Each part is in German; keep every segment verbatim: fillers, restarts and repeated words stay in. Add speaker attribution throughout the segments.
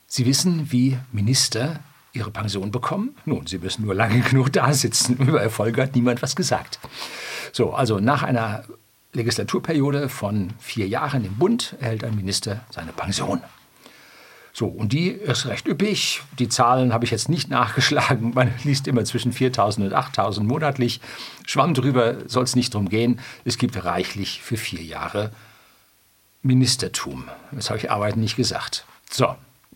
Speaker 1: Sie wissen, wie Minister ihre Pension bekommen? Nun, sie müssen nur lange genug da sitzen. Über Erfolge hat niemand was gesagt. So, also nach einer Legislaturperiode von vier Jahren im Bund erhält ein Minister seine Pension. So, und die ist recht üppig. Die Zahlen habe ich jetzt nicht nachgeschlagen. Man liest immer zwischen viertausend und achttausend monatlich. Schwamm drüber, soll es nicht drum gehen. Es gibt reichlich für vier Jahre Ministertum. Das habe ich Arbeiten nicht gesagt. So.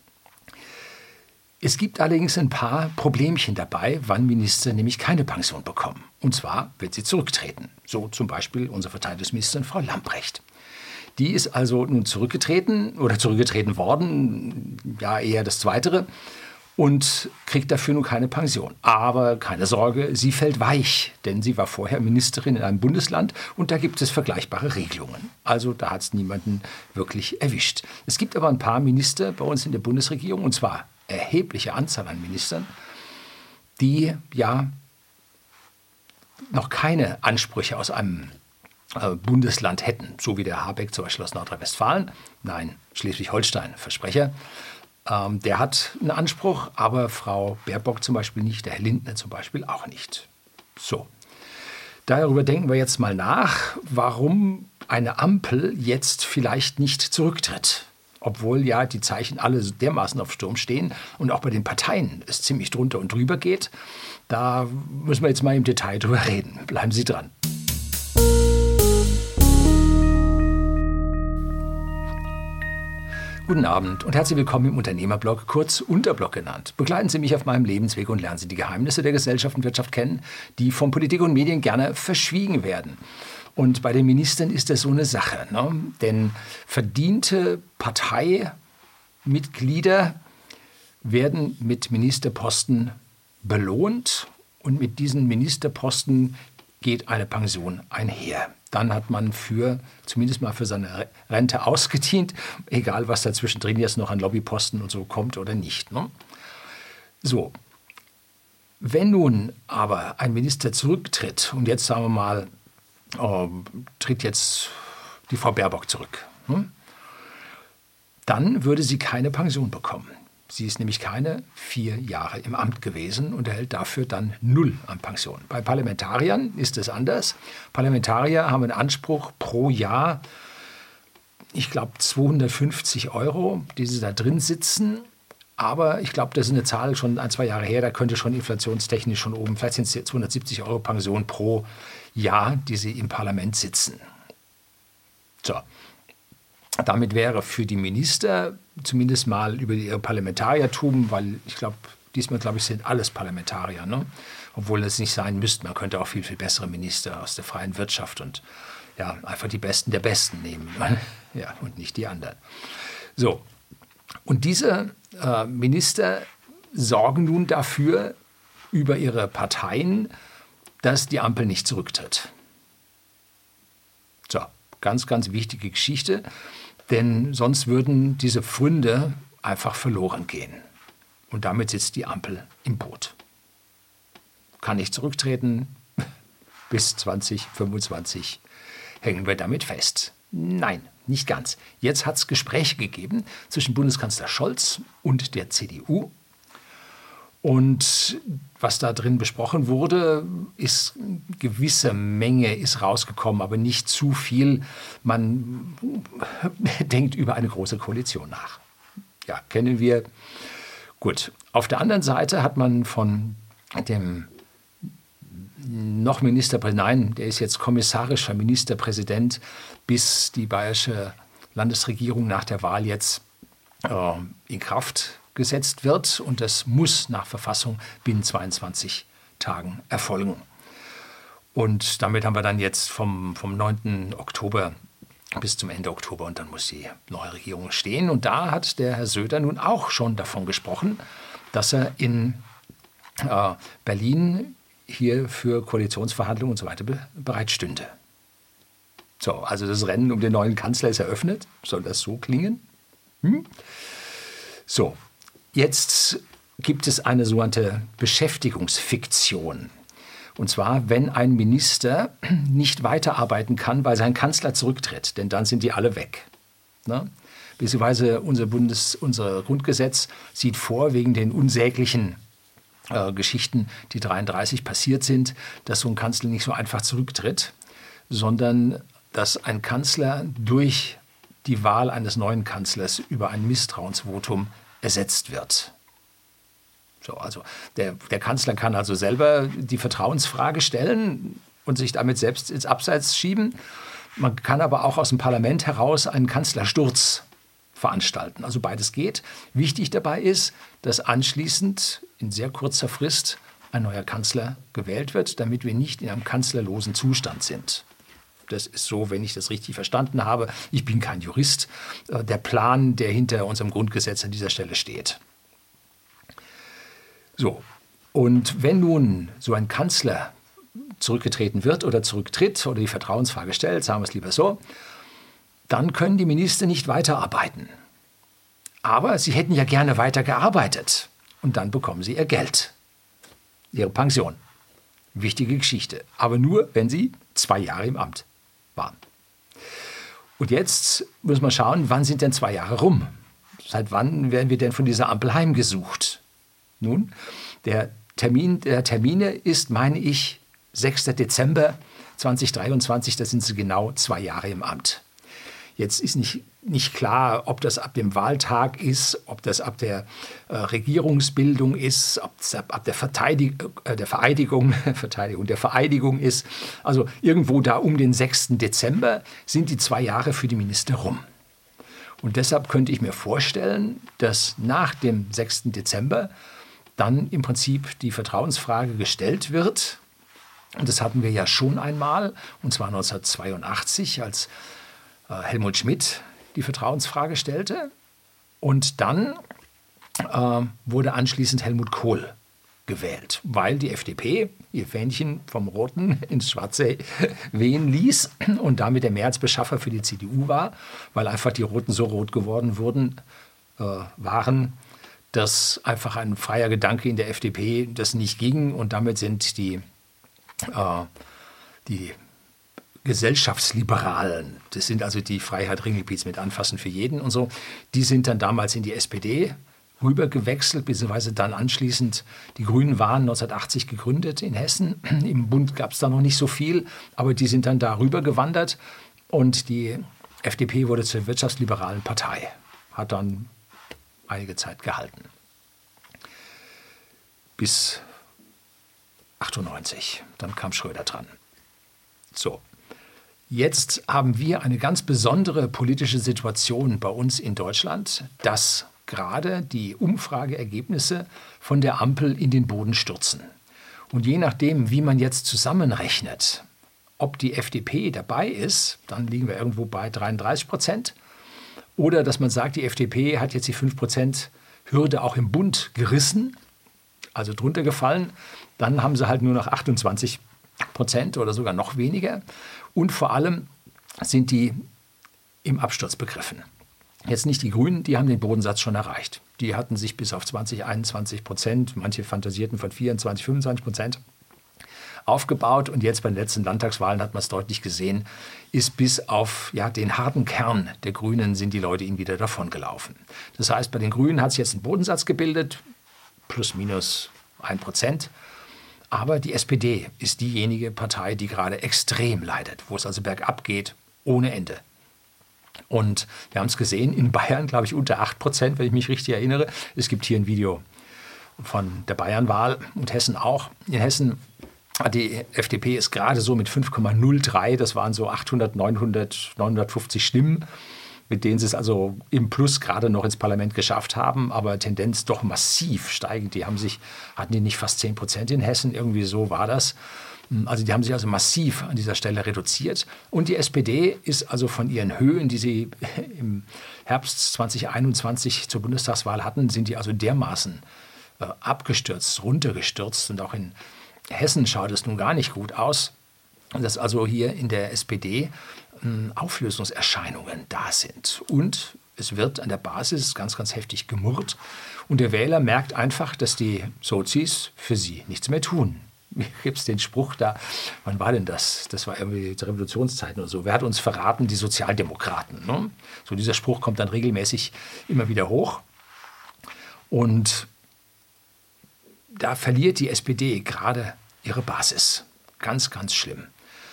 Speaker 1: Es gibt allerdings ein paar Problemchen dabei, wann Minister nämlich keine Pension bekommen. Und zwar, wenn sie zurücktreten. So zum Beispiel unsere Verteidigungsministerin Frau Lambrecht. Die ist also nun zurückgetreten oder zurückgetreten worden, ja eher das Zweite, und kriegt dafür nun keine Pension. Aber keine Sorge, sie fällt weich, denn sie war vorher Ministerin in einem Bundesland und da gibt es vergleichbare Regelungen. Also da hat es niemanden wirklich erwischt. Es gibt aber ein paar Minister bei uns in der Bundesregierung, und zwar erhebliche Anzahl an Ministern, die ja noch keine Ansprüche aus einem äh, Bundesland hätten, so wie der Habeck zum Beispiel aus Nordrhein-Westfalen, nein, Schleswig-Holstein, Versprecher. Ähm, der hat einen Anspruch, aber Frau Baerbock zum Beispiel nicht, der Herr Lindner zum Beispiel auch nicht. So, darüber denken wir jetzt mal nach, warum eine Ampel jetzt vielleicht nicht zurücktritt. Obwohl ja die Zeichen alle dermaßen auf Sturm stehen und auch bei den Parteien es ziemlich drunter und drüber geht. Da müssen wir jetzt mal im Detail drüber reden. Bleiben Sie dran. Guten Abend und herzlich willkommen im Unternehmerblog, kurz Unterblog genannt. Begleiten Sie mich auf meinem Lebensweg und lernen Sie die Geheimnisse der Gesellschaft und Wirtschaft kennen, die von Politik und Medien gerne verschwiegen werden. Und bei den Ministern ist das so eine Sache, ne? Denn verdiente Parteimitglieder werden mit Ministerposten belohnt und mit diesen Ministerposten geht eine Pension einher. Dann hat man für, zumindest mal für seine Rente ausgedient, egal was dazwischen drin jetzt noch an Lobbyposten und so kommt oder nicht, ne? So, wenn nun aber ein Minister zurücktritt und jetzt sagen wir mal, Oh, tritt jetzt die Frau Baerbock zurück, hm? Dann würde sie keine Pension bekommen. Sie ist nämlich keine vier Jahre im Amt gewesen und erhält dafür dann null an Pension. Bei Parlamentariern ist es anders. Parlamentarier haben einen Anspruch pro Jahr, ich glaube zweihundertfünfzig Euro, die sie da drin sitzen. Aber ich glaube, das ist eine Zahl schon ein, zwei Jahre her, da könnte schon inflationstechnisch schon oben, vielleicht sind es zweihundertsiebzig Euro Pension pro Jahr, die sie im Parlament sitzen. So, damit wäre für die Minister zumindest mal über ihr Parlamentariertum, weil ich glaube, diesmal glaube ich, sind alles Parlamentarier, ne? Obwohl es nicht sein müsste. Man könnte auch viel, viel bessere Minister aus der freien Wirtschaft und ja, einfach die Besten der Besten nehmen, ja, und nicht die anderen. So, und diese äh, Minister sorgen nun dafür, über ihre Parteien, dass die Ampel nicht zurücktritt. So, ganz, ganz wichtige Geschichte, denn sonst würden diese Pfründe einfach verloren gehen. Und damit sitzt die Ampel im Boot. Kann nicht zurücktreten, bis zwanzig fünfundzwanzig hängen wir damit fest. Nein, nicht ganz. Jetzt hat es Gespräche gegeben zwischen Bundeskanzler Scholz und der C D U. Und was da drin besprochen wurde, ist eine gewisse Menge ist rausgekommen, aber nicht zu viel. Man denkt über eine große Koalition nach. Ja, kennen wir. Gut. Auf der anderen Seite hat man von dem noch Ministerpräsident, nein, der ist jetzt kommissarischer Ministerpräsident, bis die bayerische Landesregierung nach der Wahl jetzt äh, in Kraft gesetzt wird. Und das muss nach Verfassung binnen zweiundzwanzig Tagen erfolgen. Und damit haben wir dann jetzt vom, vom neunten Oktober bis zum Ende Oktober und dann muss die neue Regierung stehen. Und da hat der Herr Söder nun auch schon davon gesprochen, dass er in äh, Berlin hier für Koalitionsverhandlungen und so weiter be- bereit stünde. So, also das Rennen um den neuen Kanzler ist eröffnet. Soll das so klingen? Hm? So, jetzt gibt es eine sogenannte Beschäftigungsfiktion. Und zwar, wenn ein Minister nicht weiterarbeiten kann, weil sein Kanzler zurücktritt, denn dann sind die alle weg. Ne? beziehungsweise unser Bundes, unser Grundgesetz sieht vor, wegen den unsäglichen äh, Geschichten, die dreiunddreißig passiert sind, dass so ein Kanzler nicht so einfach zurücktritt, sondern dass ein Kanzler durch die Wahl eines neuen Kanzlers über ein Misstrauensvotum ersetzt wird. So, also der, der Kanzler kann also selber die Vertrauensfrage stellen und sich damit selbst ins Abseits schieben. Man kann aber auch aus dem Parlament heraus einen Kanzlersturz veranstalten. Also beides geht. Wichtig dabei ist, dass anschließend in sehr kurzer Frist ein neuer Kanzler gewählt wird, damit wir nicht in einem kanzlerlosen Zustand sind. Das ist so, wenn ich das richtig verstanden habe. Ich bin kein Jurist. Der Plan, der hinter unserem Grundgesetz an dieser Stelle steht. So, und wenn nun so ein Kanzler zurückgetreten wird oder zurücktritt oder die Vertrauensfrage stellt, sagen wir es lieber so, dann können die Minister nicht weiterarbeiten. Aber sie hätten ja gerne weitergearbeitet und dann bekommen sie ihr Geld, ihre Pension. Wichtige Geschichte, aber nur, wenn sie zwei Jahre im Amt waren. Und jetzt müssen wir schauen, wann sind denn zwei Jahre rum? Seit wann werden wir denn von dieser Ampel heimgesucht? Nun, der Termin der Termine ist, meine ich, sechster Dezember zweitausenddreiundzwanzig, da sind sie genau zwei Jahre im Amt. Jetzt ist nicht, nicht klar, ob das ab dem Wahltag ist, ob das ab der äh, Regierungsbildung ist, ob es ab, ab der, Verteidig äh, der Vereidigung, Verteidigung, der Vereidigung ist. Also irgendwo da um den sechsten Dezember sind die zwei Jahre für die Minister rum. Und deshalb könnte ich mir vorstellen, dass nach dem sechsten Dezember dann im Prinzip die Vertrauensfrage gestellt wird. Und das hatten wir ja schon einmal, und zwar neunzehnhundertzweiundachtzig, als äh, Helmut Schmidt die Vertrauensfrage stellte. Und dann äh, wurde anschließend Helmut Kohl gewählt, weil die F D P ihr Fähnchen vom Roten ins Schwarze wehen ließ und damit der Mehrheitsbeschaffer für die C D U war, weil einfach die Roten so rot geworden wurden, äh, waren, dass einfach ein freier Gedanke in der F D P das nicht ging. Und damit sind die, äh, die Gesellschaftsliberalen, das sind also die Freiheit Ringelpiez mit Anfassen für jeden und so, die sind dann damals in die S P D rübergewechselt, beziehungsweise dann anschließend, die Grünen waren neunzehnhundertachtzig gegründet in Hessen. Im Bund gab es da noch nicht so viel, aber die sind dann da rübergewandert und die F D P wurde zur wirtschaftsliberalen Partei, hat dann einige Zeit gehalten. Bis achtundneunzig, dann kam Schröder dran. So, jetzt haben wir eine ganz besondere politische Situation bei uns in Deutschland, dass gerade die Umfrageergebnisse von der Ampel in den Boden stürzen. Und je nachdem, wie man jetzt zusammenrechnet, ob die F D P dabei ist, dann liegen wir irgendwo bei dreiunddreißig Prozent. Oder dass man sagt, die F D P hat jetzt die fünf Prozent Hürde auch im Bund gerissen, also drunter gefallen. Dann haben sie halt nur noch achtundzwanzig Prozent oder sogar noch weniger. Und vor allem sind die im Absturz begriffen. Jetzt nicht die Grünen, die haben den Bodensatz schon erreicht. Die hatten sich bis auf zwanzig, einundzwanzig Prozent, manche fantasierten von vierundzwanzig, fünfundzwanzig Prozent aufgebaut. Und jetzt bei den letzten Landtagswahlen hat man es deutlich gesehen, ist bis auf ja, den harten Kern der Grünen sind die Leute ihnen wieder davongelaufen. Das heißt, bei den Grünen hat es jetzt einen Bodensatz gebildet, plus minus ein Prozent. Aber die S P D ist diejenige Partei, die gerade extrem leidet, wo es also bergab geht, ohne Ende. Und wir haben es gesehen, in Bayern, glaube ich, unter acht Prozent, wenn ich mich richtig erinnere. Es gibt hier ein Video von der Bayernwahl und Hessen auch. In Hessen hat die F D P ist gerade so mit fünf Komma null drei, das waren so achthundert, neunhundert, neunhundertfünfzig Stimmen, mit denen sie es also im Plus gerade noch ins Parlament geschafft haben, aber Tendenz doch massiv steigend. Die haben sich, hatten die nicht fast zehn Prozent in Hessen, irgendwie so war das. Also die haben sich also massiv an dieser Stelle reduziert. Und die S P D ist also von ihren Höhen, die sie im Herbst zweitausendeinundzwanzig zur Bundestagswahl hatten, sind die also dermaßen äh, abgestürzt, runtergestürzt. Und auch in Hessen schaut es nun gar nicht gut aus, dass also hier in der S P D äh, Auflösungserscheinungen da sind. Und es wird an der Basis ganz, ganz heftig gemurrt. Und der Wähler merkt einfach, dass die Sozis für sie nichts mehr tun. Wie gibt es den Spruch da? Wann war denn das? Das war irgendwie zur Revolutionszeiten oder so. Wer hat uns verraten? Die Sozialdemokraten. Ne? So dieser Spruch kommt dann regelmäßig immer wieder hoch. Und da verliert die S P D gerade ihre Basis. Ganz, ganz schlimm.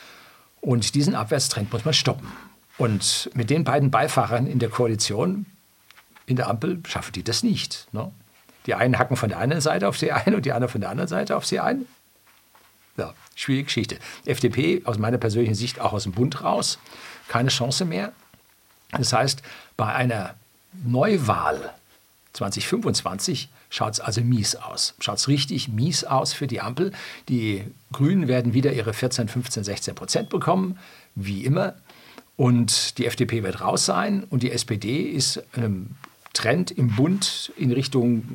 Speaker 1: Und diesen Abwärtstrend muss man stoppen. Und mit den beiden Beifahrern in der Koalition, in der Ampel, schaffen die das nicht. Ne? Die einen hacken von der einen Seite auf sie ein und die anderen von der anderen Seite auf sie ein. Ja, schwierige Geschichte. F D P, aus meiner persönlichen Sicht, auch aus dem Bund raus. Keine Chance mehr. Das heißt, bei einer Neuwahl zwanzig fünfundzwanzig schaut es also mies aus. Schaut es richtig mies aus für die Ampel. Die Grünen werden wieder ihre vierzehn, fünfzehn, sechzehn Prozent bekommen, wie immer. Und die F D P wird raus sein. Und die S P D ist einem Trend im Bund in Richtung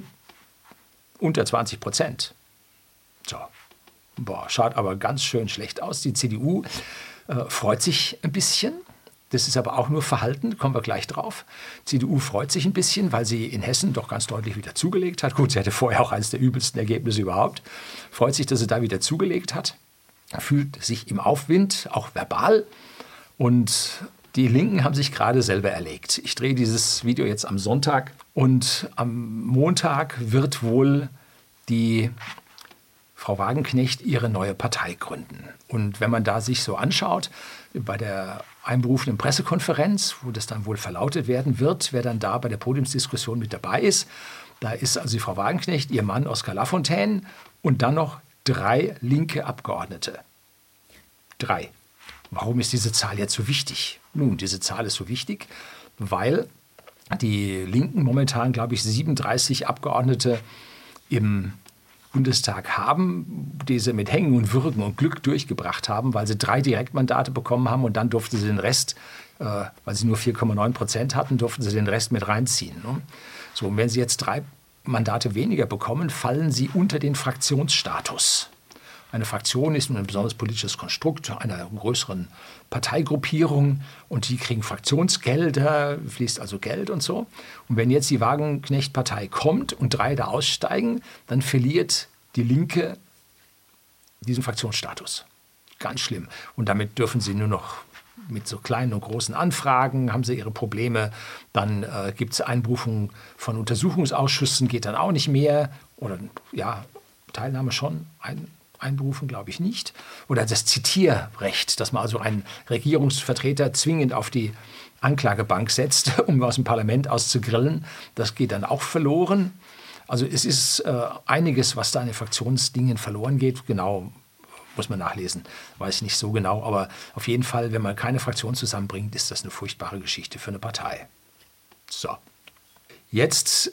Speaker 1: unter zwanzig Prozent. So. Boah, schaut aber ganz schön schlecht aus. Die C D U äh, freut sich ein bisschen. Das ist aber auch nur Verhalten, kommen wir gleich drauf. Die C D U freut sich ein bisschen, weil sie in Hessen doch ganz deutlich wieder zugelegt hat. Gut, sie hatte vorher auch eines der übelsten Ergebnisse überhaupt. Freut sich, dass sie da wieder zugelegt hat. Fühlt sich im Aufwind, auch verbal. Und die Linken haben sich gerade selber erlegt. Ich drehe dieses Video jetzt am Sonntag. Und am Montag wird wohl die Frau Wagenknecht ihre neue Partei gründen. Und wenn man da sich so anschaut, bei der einberufenen Pressekonferenz, wo das dann wohl verlautet werden wird, wer dann da bei der Podiumsdiskussion mit dabei ist, da ist also die Frau Wagenknecht, ihr Mann Oskar Lafontaine und dann noch drei linke Abgeordnete. Drei. Warum ist diese Zahl jetzt so wichtig? Nun, diese Zahl ist so wichtig, weil die Linken momentan, glaube ich, siebenunddreißig Abgeordnete im Bundestag haben, die sie mit Hängen und Würgen und Glück durchgebracht haben, weil sie drei Direktmandate bekommen haben und dann durften sie den Rest, äh, weil sie nur vier Komma neun Prozent hatten, durften sie den Rest mit reinziehen. Ne? So, und wenn sie jetzt drei Mandate weniger bekommen, fallen sie unter den Fraktionsstatus. Eine Fraktion ist ein besonders politisches Konstrukt einer größeren Parteigruppierung und die kriegen Fraktionsgelder, fließt also Geld und so. Und wenn jetzt die Wagenknecht-Partei kommt und drei da aussteigen, dann verliert die Linke diesen Fraktionsstatus. Ganz schlimm. Und damit dürfen sie nur noch mit so kleinen und großen Anfragen, haben sie ihre Probleme. Dann äh, gibt es Einberufungen von Untersuchungsausschüssen, geht dann auch nicht mehr. Oder ja, Teilnahme schon, ein Einberufen glaube ich nicht. Oder das Zitierrecht, dass man also einen Regierungsvertreter zwingend auf die Anklagebank setzt, um aus dem Parlament auszugrillen. Das geht dann auch verloren. Also es ist äh, einiges, was da in den Fraktionsdingen verloren geht. Genau, muss man nachlesen. Weiß ich nicht so genau. Aber auf jeden Fall, wenn man keine Fraktion zusammenbringt, ist das eine furchtbare Geschichte für eine Partei. So. Jetzt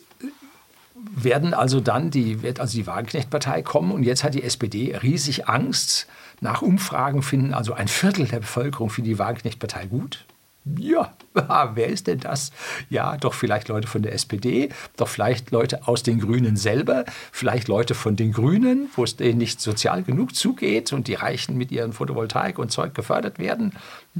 Speaker 1: werden also dann die, wird also die Wagenknecht-Partei kommen und jetzt hat die S P D riesig Angst. Nach Umfragen finden also ein Viertel der Bevölkerung für die Wagenknecht-Partei gut. Ja, wer ist denn das? Ja, doch vielleicht Leute von der S P D, doch vielleicht Leute aus den Grünen selber, vielleicht Leute von den Grünen, wo es denen nicht sozial genug zugeht und die Reichen mit ihren Photovoltaik und Zeug gefördert werden.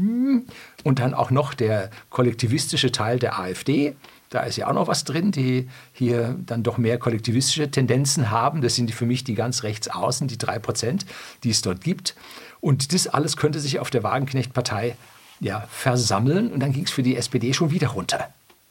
Speaker 1: Und dann auch noch der kollektivistische Teil der AfD. Da ist ja auch noch was drin, die hier dann doch mehr kollektivistische Tendenzen haben. Das sind für mich die ganz rechts außen, die drei Prozent, die es dort gibt. Und das alles könnte sich auf der Wagenknecht-Partei ja, versammeln. Und dann ging es für die S P D schon wieder runter.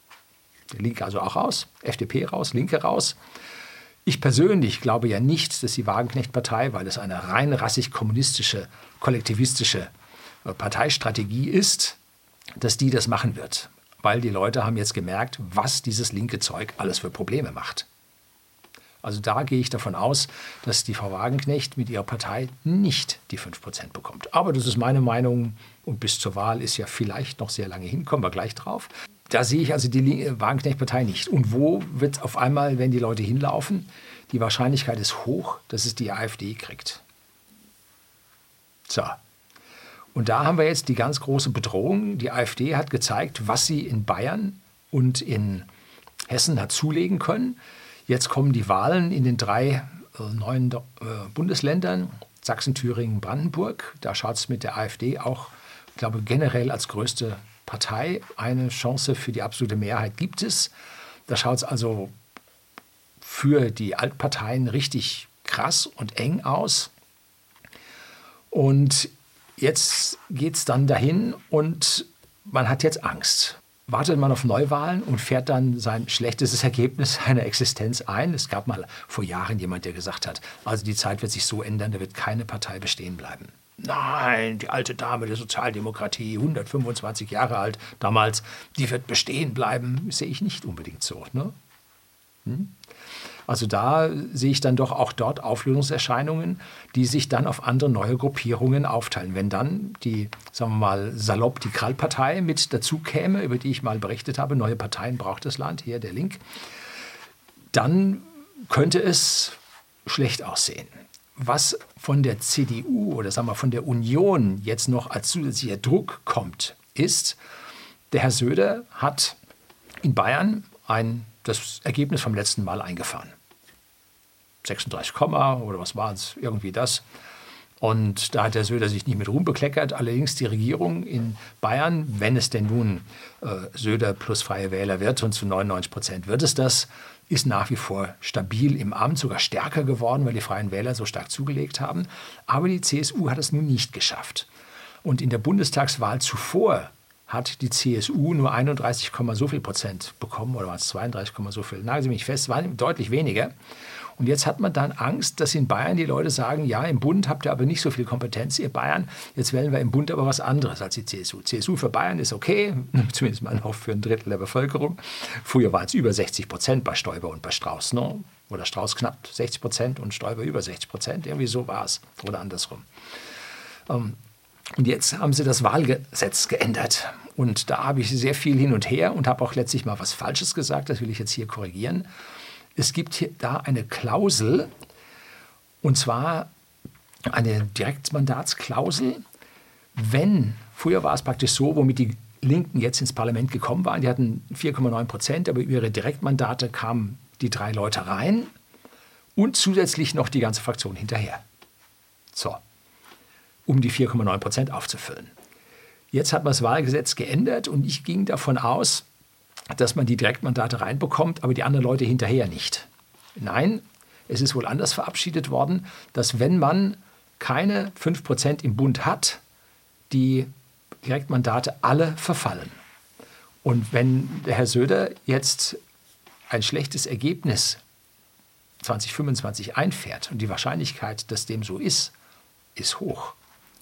Speaker 1: Die Linke also auch raus, F D P raus, Linke raus. Ich persönlich glaube ja nicht, dass die Wagenknecht-Partei, weil es eine rein rassig-kommunistische, kollektivistische Parteistrategie ist, dass die das machen wird. Weil die Leute haben jetzt gemerkt, was dieses linke Zeug alles für Probleme macht. Also da gehe ich davon aus, dass die Frau Wagenknecht mit ihrer Partei nicht die fünf Prozent bekommt. Aber das ist meine Meinung und bis zur Wahl ist ja vielleicht noch sehr lange hin, kommen wir gleich drauf. Da sehe ich also die Wagenknecht-Partei nicht. Und wo wird auf einmal, wenn die Leute hinlaufen, die Wahrscheinlichkeit ist hoch, dass es die AfD kriegt. So. Und da haben wir jetzt die ganz große Bedrohung. Die AfD hat gezeigt, was sie in Bayern und in Hessen hat zulegen können. Jetzt kommen die Wahlen in den drei äh, neuen äh, Bundesländern, Sachsen, Thüringen, Brandenburg. Da schaut es mit der AfD auch, ich glaube, generell als größte Partei eine Chance für die absolute Mehrheit gibt es. Da schaut es also für die Altparteien richtig krass und eng aus. Und jetzt geht es dann dahin und man hat jetzt Angst. Wartet man auf Neuwahlen und fährt dann sein schlechtestes Ergebnis seiner Existenz ein. Es gab mal vor Jahren jemand, der gesagt hat, also die Zeit wird sich so ändern, da wird keine Partei bestehen bleiben. Nein, die alte Dame der Sozialdemokratie, hundertfünfundzwanzig Jahre alt damals, die wird bestehen bleiben. Sehe ich nicht unbedingt so. Ne? Hm? Also da sehe ich dann doch auch dort Auflösungserscheinungen, die sich dann auf andere neue Gruppierungen aufteilen. Wenn dann die, sagen wir mal, salopp die Krallpartei mit dazu käme, über die ich mal berichtet habe, neue Parteien braucht das Land, hier der Link, dann könnte es schlecht aussehen. Was von der C D U oder sagen wir von der Union jetzt noch als zusätzlicher Druck kommt, ist, der Herr Söder hat in Bayern ein das Ergebnis vom letzten Mal eingefahren. sechsunddreißig, oder was war es? Irgendwie das. Und da hat der Söder sich nicht mit Ruhm bekleckert. Allerdings die Regierung in Bayern, wenn es denn nun äh, Söder plus Freie Wähler wird, und zu neunundneunzig Prozent wird es das, ist nach wie vor stabil im Amt, sogar stärker geworden, weil die Freien Wähler so stark zugelegt haben. Aber die C S U hat es nun nicht geschafft. Und in der Bundestagswahl zuvor hat die C S U nur einunddreißig, so viel Prozent bekommen, oder war es zweiunddreißig, so viel, nageln Sie mich fest, waren deutlich weniger. Und jetzt hat man dann Angst, dass in Bayern die Leute sagen, ja, im Bund habt ihr aber nicht so viel Kompetenz, ihr Bayern, jetzt wählen wir im Bund aber was anderes als die C S U. C S U für Bayern ist okay, zumindest mal noch für ein Drittel der Bevölkerung. Früher waren es über sechzig Prozent bei Stoiber und bei Strauß, ne? Oder Strauß knapp sechzig Prozent und Stoiber über sechzig Prozent, irgendwie so war es, oder andersrum. Ähm, Und jetzt haben sie das Wahlgesetz geändert. Und da habe ich sehr viel hin und her und habe auch letztlich mal was Falsches gesagt. Das will ich jetzt hier korrigieren. Es gibt hier da eine Klausel, und zwar eine Direktmandatsklausel. Wenn, früher war es praktisch so, womit die Linken jetzt ins Parlament gekommen waren, die hatten vier Komma neun Prozent, aber über ihre Direktmandate kamen die drei Leute rein und zusätzlich noch die ganze Fraktion hinterher. So. Um die vier Komma neun Prozent aufzufüllen. Jetzt hat man das Wahlgesetz geändert und ich ging davon aus, dass man die Direktmandate reinbekommt, aber die anderen Leute hinterher nicht. Nein, es ist wohl anders verabschiedet worden, dass wenn man keine fünf Prozent im Bund hat, die Direktmandate alle verfallen. Und wenn der Herr Söder jetzt ein schlechtes Ergebnis zwanzig fünfundzwanzig einfährt und die Wahrscheinlichkeit, dass dem so ist, ist hoch,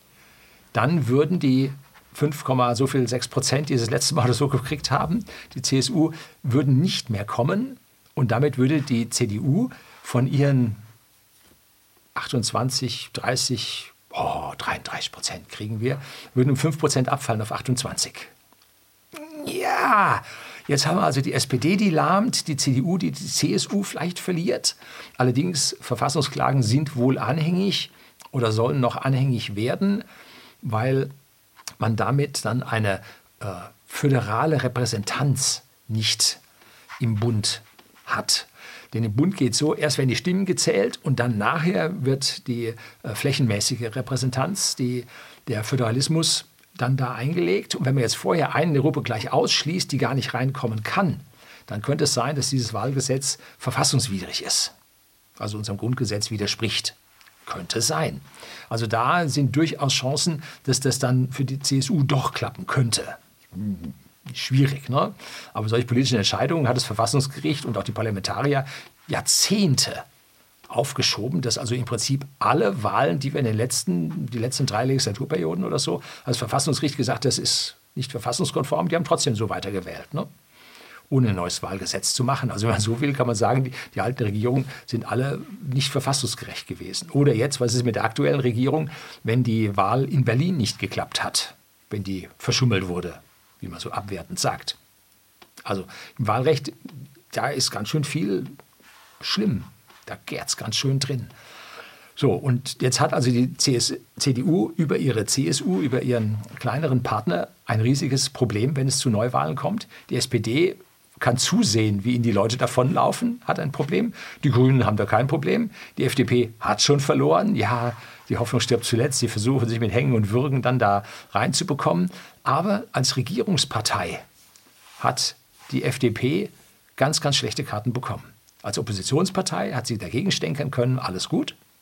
Speaker 1: dann würden die fünf, so viel sechs Prozent, die sie das letzte Mal oder so gekriegt haben, die C S U, würden nicht mehr kommen. Und damit würde die C D U von ihren achtundzwanzig, dreißig, oh, dreiunddreißig Prozent kriegen wir, würden um fünf Prozent abfallen auf achtundzwanzig. Ja, jetzt haben wir also die S P D, die lahmt, die C D U, die die C S U vielleicht verliert. Allerdings, Verfassungsklagen sind wohl anhängig oder sollen noch anhängig werden, weil man damit dann eine äh, föderale Repräsentanz nicht im Bund hat. Denn im Bund geht es so, erst werden die Stimmen gezählt und dann nachher wird die äh, flächenmäßige Repräsentanz, die, der Föderalismus dann da eingelegt. Und wenn man jetzt vorher eine Gruppe gleich ausschließt, die gar nicht reinkommen kann, dann könnte es sein, dass dieses Wahlgesetz verfassungswidrig ist, also unserem Grundgesetz widerspricht. Könnte sein. Also da sind durchaus Chancen, dass das dann für die C S U doch klappen könnte. Schwierig, ne? Aber solche politischen Entscheidungen hat das Verfassungsgericht und auch die Parlamentarier Jahrzehnte aufgeschoben, dass also im Prinzip alle Wahlen, die wir in den letzten, die letzten drei Legislaturperioden oder so, hat das Verfassungsgericht gesagt, das ist nicht verfassungskonform, die haben trotzdem so weitergewählt, ne? Ohne ein neues Wahlgesetz zu machen. Also wenn man so will, kann man sagen, die, die alten Regierungen sind alle nicht verfassungsgerecht gewesen. Oder jetzt, was ist mit der aktuellen Regierung, wenn die Wahl in Berlin nicht geklappt hat, wenn die verschummelt wurde, wie man so abwertend sagt. Also im Wahlrecht, da ist ganz schön viel schlimm. Da gärt's ganz schön drin. So, und jetzt hat also die C D U über ihre C S U, über ihren kleineren Partner ein riesiges Problem, wenn es zu Neuwahlen kommt. Die S P D kann zusehen, wie ihnen die Leute davonlaufen, hat ein Problem. Die Grünen haben da kein Problem. Die F D P hat schon verloren. Ja, die Hoffnung stirbt zuletzt. Sie versuchen, sich mit Hängen und Würgen dann da reinzubekommen. Aber als Regierungspartei hat die F D P ganz, ganz schlechte Karten bekommen. Als Oppositionspartei hat sie dagegen stänkern können, alles gut.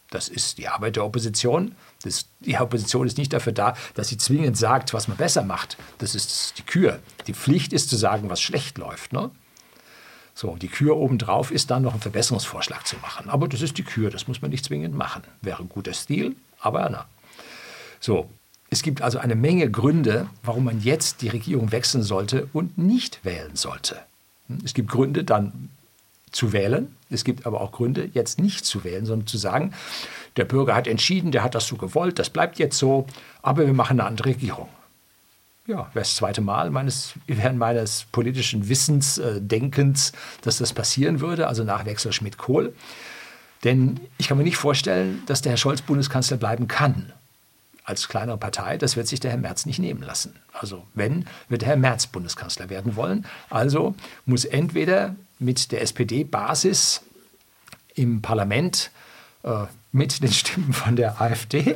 Speaker 1: Das ist die Arbeit der Opposition. Das, die Opposition ist nicht dafür da, dass sie zwingend sagt, was man besser macht. Das ist die Kür. Die Pflicht ist zu sagen, was schlecht läuft. Ne? So, die Kür obendrauf ist dann noch ein Verbesserungsvorschlag zu machen. Aber das ist die Kür, das muss man nicht zwingend machen. Wäre ein guter Stil, aber na. So, es gibt also eine Menge Gründe, warum man jetzt die Regierung wechseln sollte und nicht wählen sollte. Es gibt Gründe, dann zu wählen. Es gibt aber auch Gründe, jetzt nicht zu wählen, sondern zu sagen, der Bürger hat entschieden, der hat das so gewollt, das bleibt jetzt so, aber wir machen eine andere Regierung. Ja, wäre das zweite Mal meines, während meines politischen Wissens, äh, Denkens, dass das passieren würde, also nach Wechsel Schmidt-Kohl. Denn ich kann mir nicht vorstellen, dass der Herr Scholz Bundeskanzler bleiben kann. Als kleinere Partei, das wird sich der Herr Merz nicht nehmen lassen. Also wenn, wird der Herr Merz Bundeskanzler werden wollen. Also muss entweder mit der S P D-Basis im Parlament äh, mit den Stimmen von der AfD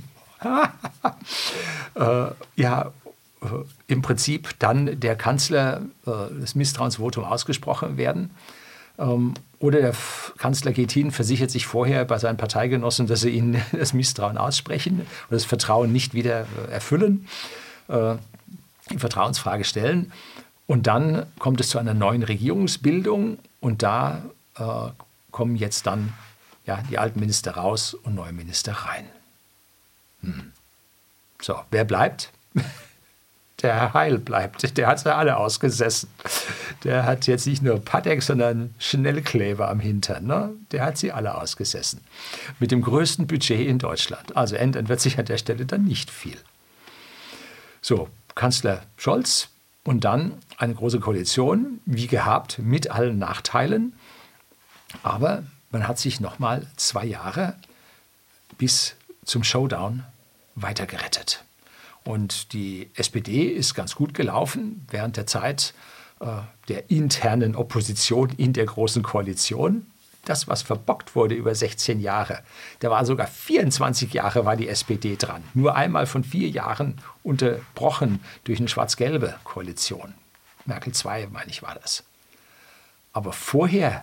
Speaker 1: äh, ja, äh, im Prinzip dann der Kanzler äh, das Misstrauensvotum ausgesprochen werden. Ähm, oder der Kanzler geht hin, versichert sich vorher bei seinen Parteigenossen, dass sie ihnen das Misstrauen aussprechen oder das Vertrauen nicht wieder äh, erfüllen, äh, die Vertrauensfrage stellen. Und dann kommt es zu einer neuen Regierungsbildung und da äh, kommen jetzt dann ja, die alten Minister raus und neue Minister rein. Hm. So, wer bleibt? Der Herr Heil bleibt. Der hat sie alle ausgesessen. Der hat jetzt nicht nur Patek, sondern Schnellkleber am Hintern. Ne? Der hat sie alle ausgesessen. Mit dem größten Budget in Deutschland. Also ändern wird sich an der Stelle dann nicht viel. So, Kanzler Scholz und dann eine große Koalition, wie gehabt, mit allen Nachteilen. Aber man hat sich noch mal zwei Jahre bis zum Showdown weitergerettet. Und die S P D ist ganz gut gelaufen während der Zeit äh, der internen Opposition in der Großen Koalition. Das, was verbockt wurde über sechzehn Jahre, da war sogar vierundzwanzig Jahre war die S P D dran. Nur einmal von vier Jahren unterbrochen durch eine schwarz-gelbe Koalition. Merkel zwei, meine ich, war das. Aber vorher,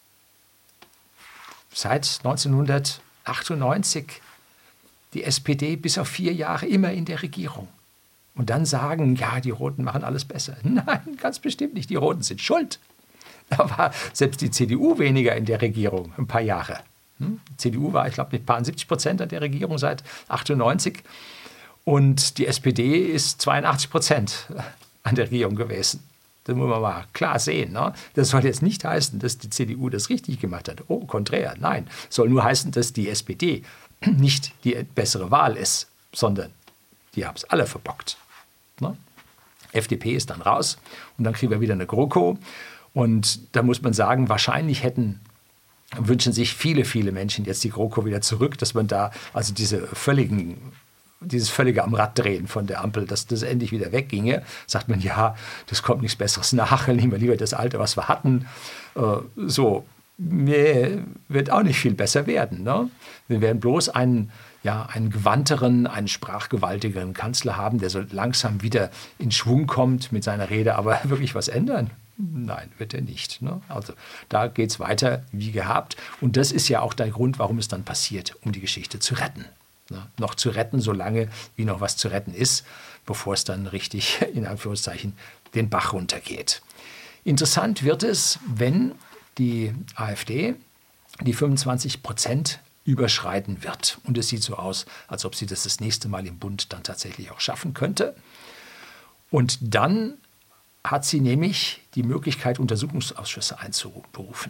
Speaker 1: seit neunzehnhundertachtundneunzig, die S P D bis auf vier Jahre immer in der Regierung. Und dann sagen, ja, die Roten machen alles besser. Nein, ganz bestimmt nicht. Die Roten sind schuld. Da war selbst die C D U weniger in der Regierung, ein paar Jahre. Die C D U war, ich glaube, mit ein paar siebzig Prozent an der Regierung seit achtundneunzig. Und die S P D ist zweiundachtzig Prozent an der Regierung gewesen. Das muss man mal klar sehen. Ne? Das soll jetzt nicht heißen, dass die C D U das richtig gemacht hat. Oh, konträr. Nein, soll nur heißen, dass die S P D nicht die bessere Wahl ist, sondern die haben es alle verbockt. Ne? F D P ist dann raus und dann kriegen wir wieder eine GroKo. Und da muss man sagen, wahrscheinlich hätten, wünschen sich viele, viele Menschen jetzt die GroKo wieder zurück, dass man da, also diese völligen, dieses völlige am Rad drehen von der Ampel, dass das endlich wieder wegginge. Sagt man, ja, das kommt nichts Besseres nach, nehmen wir lieber das Alte, was wir hatten. Äh, so, nee, wird auch nicht viel besser werden. Ne? Wir werden bloß einen, ja, einen gewandteren, einen sprachgewaltigeren Kanzler haben, der so langsam wieder in Schwung kommt mit seiner Rede, aber wirklich was ändern? Nein, wird er nicht. Ne? Also da geht es weiter wie gehabt. Und das ist ja auch der Grund, warum es dann passiert, um die Geschichte zu retten. Ne? Noch zu retten, solange wie noch was zu retten ist, bevor es dann richtig, in Anführungszeichen, den Bach runtergeht. Interessant wird es, wenn die AfD die fünfundzwanzig Prozent überschreiten wird. Und es sieht so aus, als ob sie das das nächste Mal im Bund dann tatsächlich auch schaffen könnte. Und dann hat sie nämlich die Möglichkeit, Untersuchungsausschüsse einzuberufen.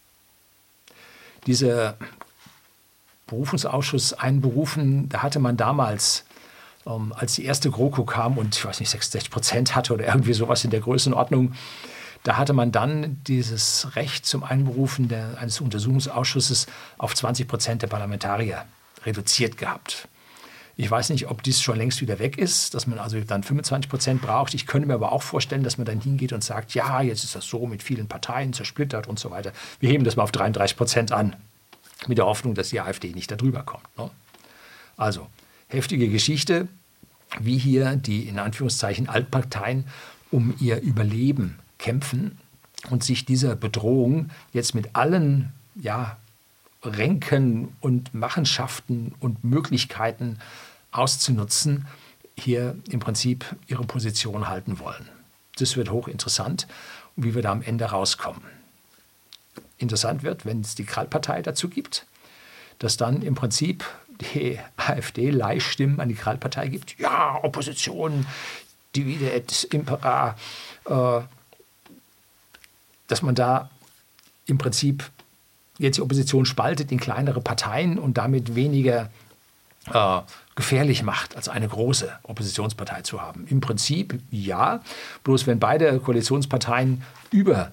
Speaker 1: Dieser Berufungsausschuss einberufen, da hatte man damals, ähm, als die erste GroKo kam und ich weiß nicht, sechsundsechzig Prozent hatte oder irgendwie sowas in der Größenordnung, da hatte man dann dieses Recht zum Einberufen der, eines Untersuchungsausschusses auf zwanzig Prozent der Parlamentarier reduziert gehabt. Ich weiß nicht, ob dies schon längst wieder weg ist, dass man also dann fünfundzwanzig Prozent braucht. Ich könnte mir aber auch vorstellen, dass man dann hingeht und sagt, ja, jetzt ist das so mit vielen Parteien zersplittert und so weiter. Wir heben das mal auf dreiunddreißig Prozent an, mit der Hoffnung, dass die AfD nicht darüber kommt. Ne? Also, heftige Geschichte, wie hier die in Anführungszeichen Altparteien um ihr Überleben kämpfen und sich dieser Bedrohung jetzt mit allen ja, Ränken und Machenschaften und Möglichkeiten auszunutzen, hier im Prinzip ihre Position halten wollen. Das wird hochinteressant, wie wir da am Ende rauskommen. Interessant wird, wenn es die Krall-Partei dazu gibt, dass dann im Prinzip die AfD Leihstimmen an die Krall-Partei gibt. Ja, Opposition, divide et impera. Äh, dass man da im Prinzip jetzt die Opposition spaltet in kleinere Parteien und damit weniger äh, gefährlich macht, als eine große Oppositionspartei zu haben. Im Prinzip ja, bloß wenn beide Koalitionsparteien über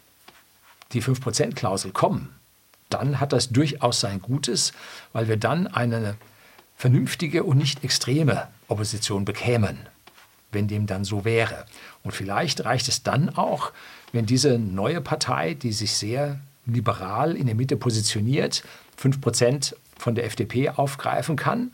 Speaker 1: die fünf Prozent Klausel kommen, dann hat das durchaus sein Gutes, weil wir dann eine vernünftige und nicht extreme Opposition bekämen, wenn dem dann so wäre. Und vielleicht reicht es dann auch, wenn diese neue Partei, die sich sehr liberal in der Mitte positioniert, fünf Prozent von der F D P aufgreifen kann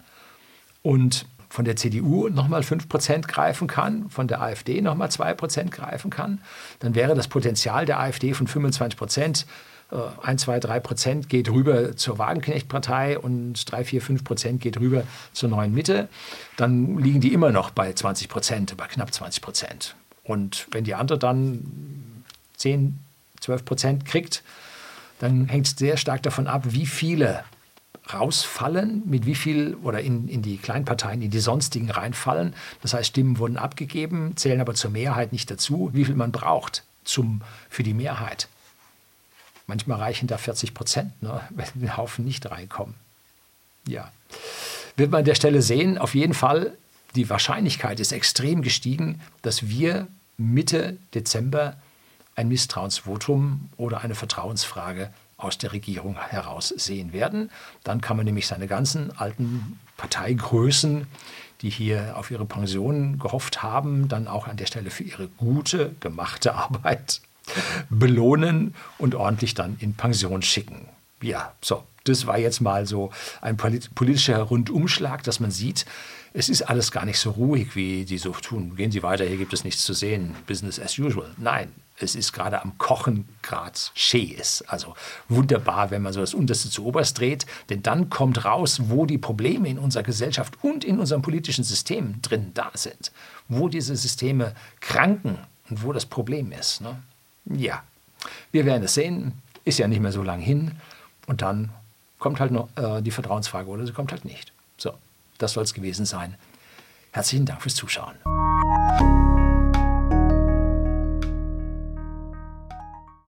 Speaker 1: und von der C D U nochmal fünf Prozent greifen kann, von der AfD nochmal zwei Prozent greifen kann, dann wäre das Potenzial der AfD von fünfundzwanzig Prozent, ein, zwei, drei Prozent geht rüber zur Wagenknecht-Partei und drei, vier, fünf Prozent geht rüber zur Neuen Mitte. Dann liegen die immer noch bei zwanzig Prozent, bei knapp zwanzig Prozent. Und wenn die andere dann zehn, zwölf Prozent kriegt, dann hängt es sehr stark davon ab, wie viele rausfallen, mit wie viel oder in, in die Kleinparteien, in die sonstigen reinfallen. Das heißt, Stimmen wurden abgegeben, zählen aber zur Mehrheit nicht dazu, wie viel man braucht zum, für die Mehrheit. Manchmal reichen da vierzig Prozent, ne, wenn ein Haufen nicht reinkommen. Ja, wird man an der Stelle sehen, auf jeden Fall, die Wahrscheinlichkeit ist extrem gestiegen, dass wir Mitte Dezember ein Misstrauensvotum oder eine Vertrauensfrage aus der Regierung heraus sehen werden. Dann kann man nämlich seine ganzen alten Parteigrößen, die hier auf ihre Pension gehofft haben, dann auch an der Stelle für ihre gute, gemachte Arbeit belohnen und ordentlich dann in Pension schicken. Ja, so, das war jetzt mal so ein politischer Rundumschlag, dass man sieht, es ist alles gar nicht so ruhig, wie die so tun. Gehen Sie weiter, hier gibt es nichts zu sehen, Business as usual. Nein, es ist gerade am Kochen, gerade schee ist. Also wunderbar, wenn man so das Unterste zu Oberst dreht, denn dann kommt raus, wo die Probleme in unserer Gesellschaft und in unserem politischen System drin da sind. Wo diese Systeme kranken und wo das Problem ist, ne? Ja, wir werden es sehen, ist ja nicht mehr so lang hin und dann kommt halt noch äh, die Vertrauensfrage oder sie kommt halt nicht. So, das soll es gewesen sein. Herzlichen Dank fürs Zuschauen.